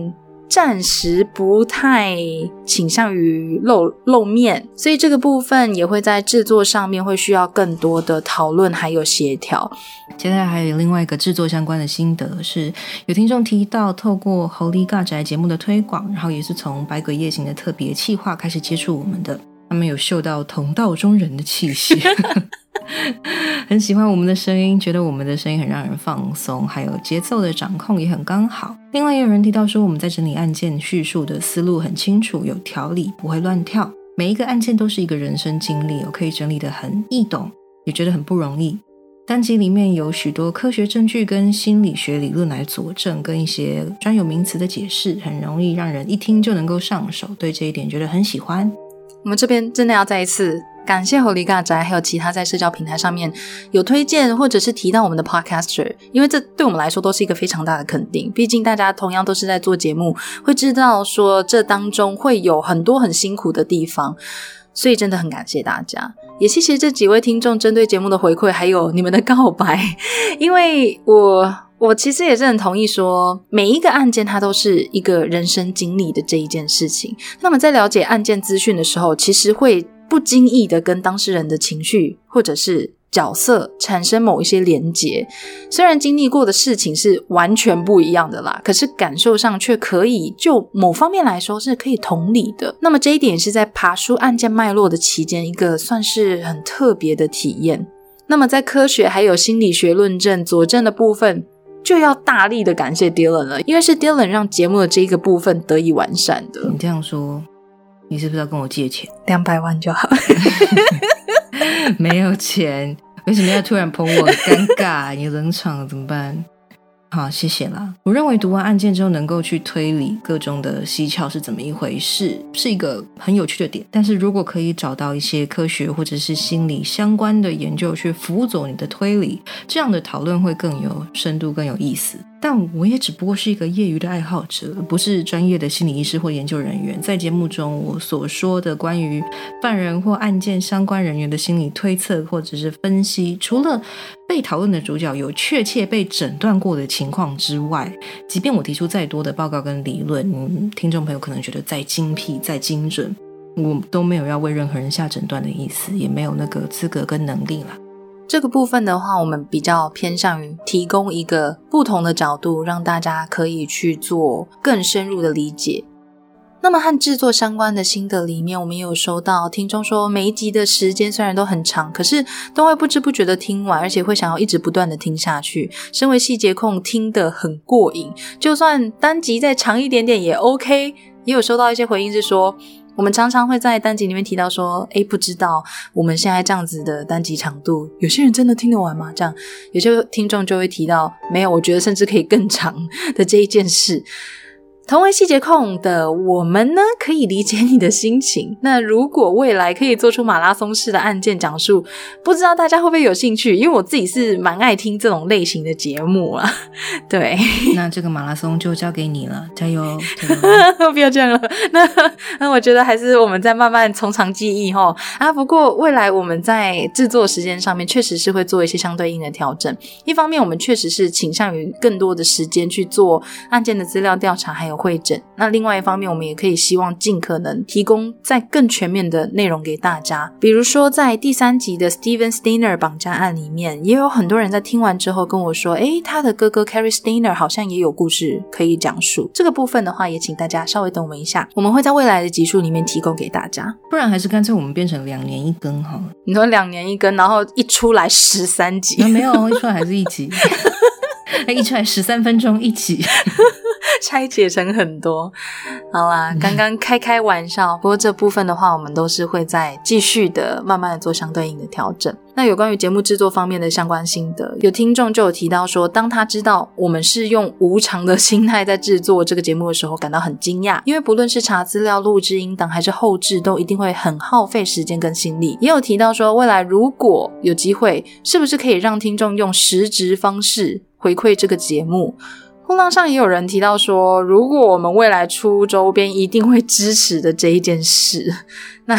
暂时不太倾向于露面，所以这个部分也会在制作上面会需要更多的讨论还有协调。 接下来还有另外一个制作相关的心得是，有听众提到透过 Holy God 宅节目的推广，然后也是从百鬼夜行的特别企划开始接触我们的，他们有嗅到同道中人的气息很喜欢我们的声音，觉得我们的声音很让人放松，还有节奏的掌控也很刚好。另外也有人提到说，我们在整理案件叙述的思路很清楚，有条理，不会乱跳，每一个案件都是一个人生经历，可以整理得很易懂，也觉得很不容易。单集里面有许多科学证据跟心理学理论来佐证，跟一些专有名词的解释，很容易让人一听就能够上手，对这一点觉得很喜欢。 我们这边真的要再一次感谢 Holy God 宅还有其他在社交平台上面有推荐或者是提到我们的 podcaster， 因为这对我们来说都是一个非常大的肯定，毕竟大家同样都是在做节目，会知道说这当中会有很多很辛苦的地方，所以真的很感谢大家，也谢谢这几位听众针对节目的回馈还有你们的告白，因为我其实也是很同意说每一个案件它都是一个人生经历的这一件事情，那么在了解案件资讯的时候，其实会不经意的跟当事人的情绪或者是角色产生某一些连结，虽然经历过的事情是完全不一样的啦，可是感受上却可以就某方面来说是可以同理的。那么这一点也是在爬梳案件脉络的期间一个算是很特别的体验。那么在科学还有心理学论证佐证的部分，就要大力的感谢 Dylan 了，因为是 Dylan 让节目的这一个部分得以完善的。 你这样说，你是不是要跟我借钱 ？200万就好没有钱，为什么要突然捧我？尴尬，你冷场了怎么办？好，谢谢啦。我认为读完案件之后能够去推理各种的蹊跷是怎么一回事，是一个很有趣的点，但是如果可以找到一些科学或者是心理相关的研究去辅佐你的推理，这样的讨论会更有深度更有意思。但我也只不过是一个业余的爱好者，不是专业的心理医师或研究人员。在节目中我所说的关于犯人或案件相关人员的心理推测或者是分析，除了被讨论的主角有确切被诊断过的情况之外，即便我提出再多的报告跟理论，听众朋友可能觉得再精辟再精准，我都没有要为任何人下诊断的意思，也没有那个资格跟能力啦。 这个部分的话，我们比较偏向于提供一个不同的角度，让大家可以去做更深入的理解。那么和制作相关的心得里面，我们也有收到听众说每一集的时间虽然都很长，可是都会不知不觉的听完，而且会想要一直不断的听下去，身为细节控听得很过瘾，就算单集再长一点点也 OK。 也有收到一些回应是说，我们常常会在单集里面提到说，不知道我们现在这样子的单集长度，有些人真的听得完吗？这样有些听众就会提到，没有，我觉得甚至可以更长的这一件事。同为细节控的我们呢，可以理解你的心情。那如果未来可以做出马拉松式的案件讲述，不知道大家会不会有兴趣？因为我自己是蛮爱听这种类型的节目啊。对， 那这个马拉松就交给你了，加油！ 不要这样了。那我觉得还是我们再慢慢从长计议齁。不过未来我们在制作时间上面确实是会做一些相对应的调整。一方面我们确实是倾向于更多的时间去做案件的资料调查还有会诊，那另外一方面我们也可以希望尽可能提供再更全面的内容给大家。比如说在第3集的 Steven Steiner 绑架案里面，也有很多人在听完之后跟我说，他的哥哥 Cary Steiner 好像也有故事可以讲述。这个部分的话也请大家稍微等我们一下，我们会在未来的集数里面提供给大家。 不然还是干脆我们变成2年1更好了。 你说2年1更，然后一出来13集？ 没有，一出来还是1集一出来13分钟1集拆解成很多。好啦，刚刚开玩笑，不过这部分的话我们都是会再继续的慢慢的做相对应的调整。那有关于节目制作方面的相关心得，有听众就有提到说，当他知道我们是用无偿的心态在制作这个节目的时候感到很惊讶，因为不论是查资料、录制音档还是后制都一定会很耗费时间跟心力。也有提到说，未来如果有机会，是不是可以让听众用实质方式回馈这个节目。后浪上也有人提到说，如果我们未来出周边一定会支持的这一件事。那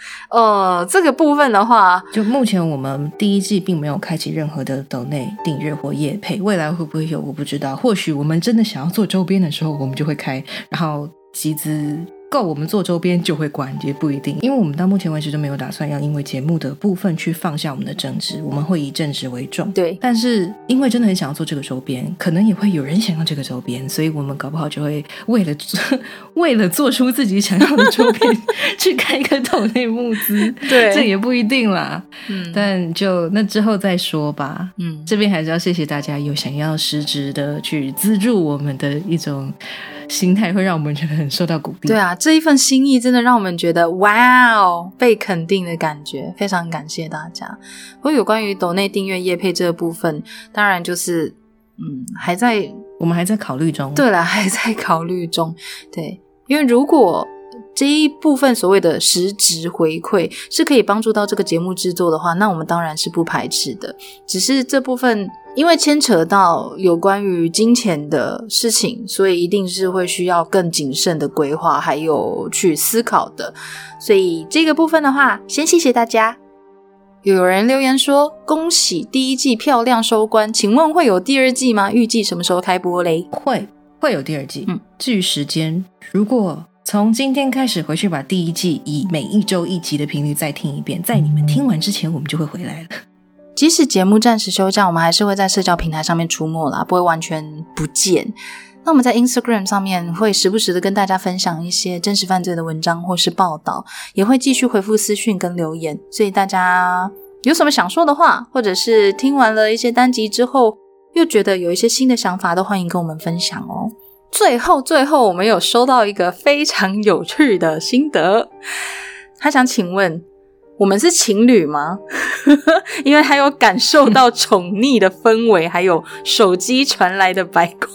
这个部分的话， 就目前我们第一季并没有开启任何的抖内订阅或业配，未来会不会有我不知道，或许我们真的想要做周边的时候我们就会开，然后集资够我们做周边就会关，也不一定，因为我们到目前为止都没有打算要因为节目的部分去放下我们的正职，我们会以正职为重。 对， 但是因为真的很想要做这个周边，可能也会有人想要这个周边，所以我们搞不好就会为了做出自己想要的周边去开一个抖内募资。 对， 这也不一定啦。但就那之后再说吧。这边还是要谢谢大家有想要实质的去资助我们的一种心态，会让我们觉得很受到鼓励。 对啊，这一份心意真的让我们觉得哇哦，被肯定的感觉，非常感谢大家。不过有关于抖内订阅业配这个部分，当然就是我们还在考虑中。 对啦，还在考虑中。对，因为如果这一部分所谓的实质回馈是可以帮助到这个节目制作的话，那我们当然是不排斥的。只是这部分因为牵扯到有关于金钱的事情，所以一定是会需要更谨慎的规划还有去思考的。所以这个部分的话，先谢谢大家。有人留言说恭喜第一季漂亮收官，请问会有第二季吗？预计什么时候开播嘞？ 会有第二季。至于时间，如果从今天开始回去把第一季以每一周一集的频率再听一遍，在你们听完之前我们就会回来了。 即使节目暂时休假，我们还是会在社交平台上面出没啦，不会完全不见。那我们在 Instagram 上面会时不时的跟大家分享一些真实犯罪的文章或是报道，也会继续回复私讯跟留言，所以大家有什么想说的话，或者是听完了一些单集之后又觉得有一些新的想法，都欢迎跟我们分享哦。最后我们有收到一个非常有趣的心得，他想请问我们是情侣吗？因为他有感受到宠溺的氛围，还有手机传来的白光。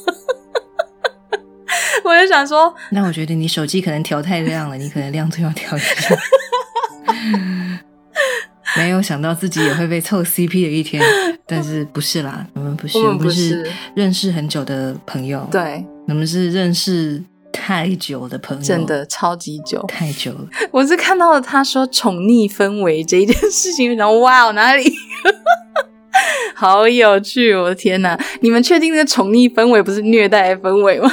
我就想说， 那我觉得你手机可能调太亮了，你可能亮度要调一下。没有想到自己也会被凑 CP 的一天，但是不是啦，我们不是认识很久的朋友， 对， 我们是认识太久的朋友， 真的超级久， 太久了。 我是看到了他说宠溺氛围这一件事情，然后哇，哪里好有趣，我的天哪！你们确定那个宠溺氛围不是虐待的氛围吗？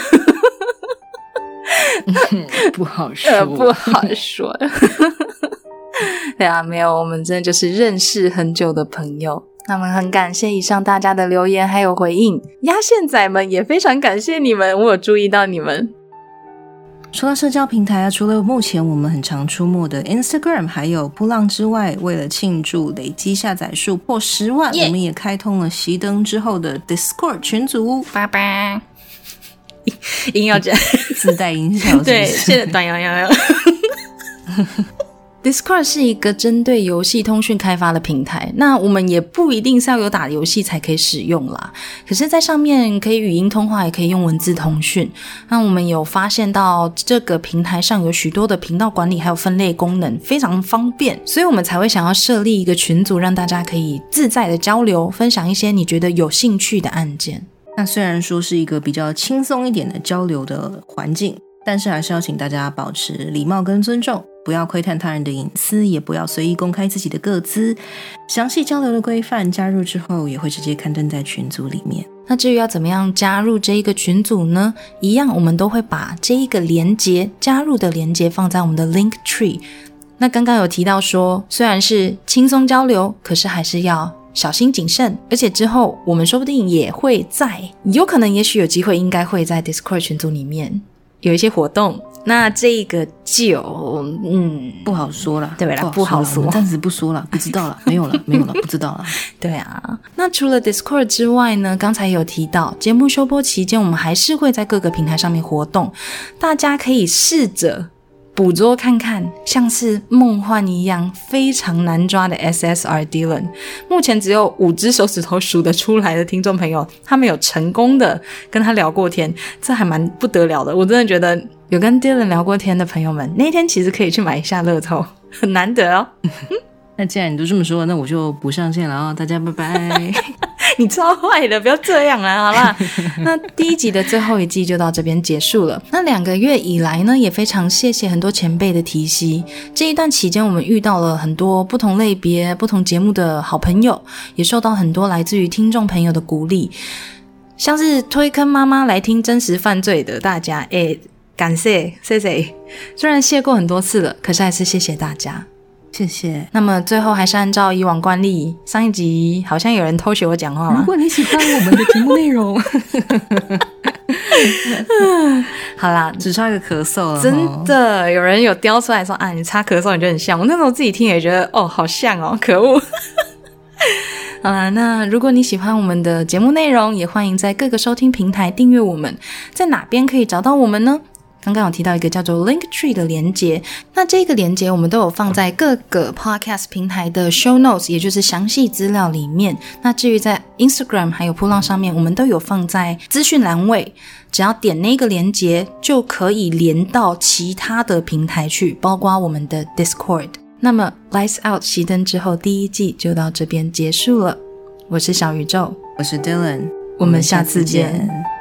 不好说， 不好说。对啊，没有，我们真的就是认识很久的朋友。那么很感谢以上大家的留言还有回应，压线仔们也非常感谢你们，我有注意到你们。 说到社交平台啊，除了目前我们很常出没的 Instagram 还有噗浪之外，为了庆祝累积下载数破10万，我们也开通了熄灯之后的 Discord 群组。 拜拜，音要讲自带音效是不是？ 对，现在短洋洋。Discord 是一个针对游戏通讯开发的平台，那我们也不一定是要有打游戏才可以使用啦，可是在上面可以语音通话，也可以用文字通讯。那我们有发现到这个平台上有许多的频道管理还有分类功能，非常方便，所以我们才会想要设立一个群组，让大家可以自在的交流，分享一些你觉得有兴趣的案件。 那虽然说是一个比较轻松一点的交流的环境，但是还是要请大家保持礼貌跟尊重，不要窥探他人的隐私，也不要随意公开自己的个资。详细交流的规范加入之后也会直接刊登在群组里面。 那至于要怎么样加入这一个群组呢？一样我们都会把这一个连结，加入的连结放在我们的 Linktree。那刚刚有提到说，虽然是轻松交流，可是还是要小心谨慎，而且之后我们说不定也会有可能也许有机会应该会在 Discord 群组里面有一些活动，那这个就不好说了， 对啦，不好说， 我们暂时不说了，不知道了，没有了，不知道了。 对啊，那除了 Discord 之外呢，刚才有提到节目休播期间，我们还是会在各个平台上面活动，大家可以试着捕捉看看，像是梦幻一样非常难抓的 SSR Dylan， 目前只有5只手指头数得出来的听众朋友，他们有成功的跟他聊过天，这还蛮不得了的。我真的觉得有跟 Dylan 聊过天的朋友们，那一天其实可以去买一下乐透，很难得哦。 那既然你都这么说，那我就不上线了哦，大家拜拜。 你超坏的，不要这样啊！好啦，那第一集的最后一季就到这边结束了。那2个月以来呢，也非常谢谢很多前辈的提携。这一段期间，我们遇到了很多不同类别、不同节目的好朋友，也受到很多来自于听众朋友的鼓励，像是推坑妈妈来听真实犯罪的大家，感谢。虽然谢过很多次了，可是还是谢谢大家。 谢谢。 那么最后还是按照以往惯例，上一集好像有人偷学我讲话吗？ 如果你喜欢我们的节目内容好啦， 只差一个咳嗽了， 真的有人有雕出来说啊，你擦咳嗽你就很像。我那时候自己听也觉得好像哦，可恶。好啦，那如果你喜欢我们的节目内容，也欢迎在各个收听平台订阅我们。在哪边可以找到我们呢？刚刚有提到一个叫做 Linktree 的连结，那这个连结我们都有放在各个 podcast 平台的 show notes， 也就是详细资料里面。那至于在 Instagram 还有噗浪上面，我们都有放在资讯栏位，只要点那个连结就可以连到其他的平台去，包括我们的 Discord。那么 Lights Out 熄灯之后第一季就到这边结束了。我是小宇宙， 我是 Dylan， 我们下次见。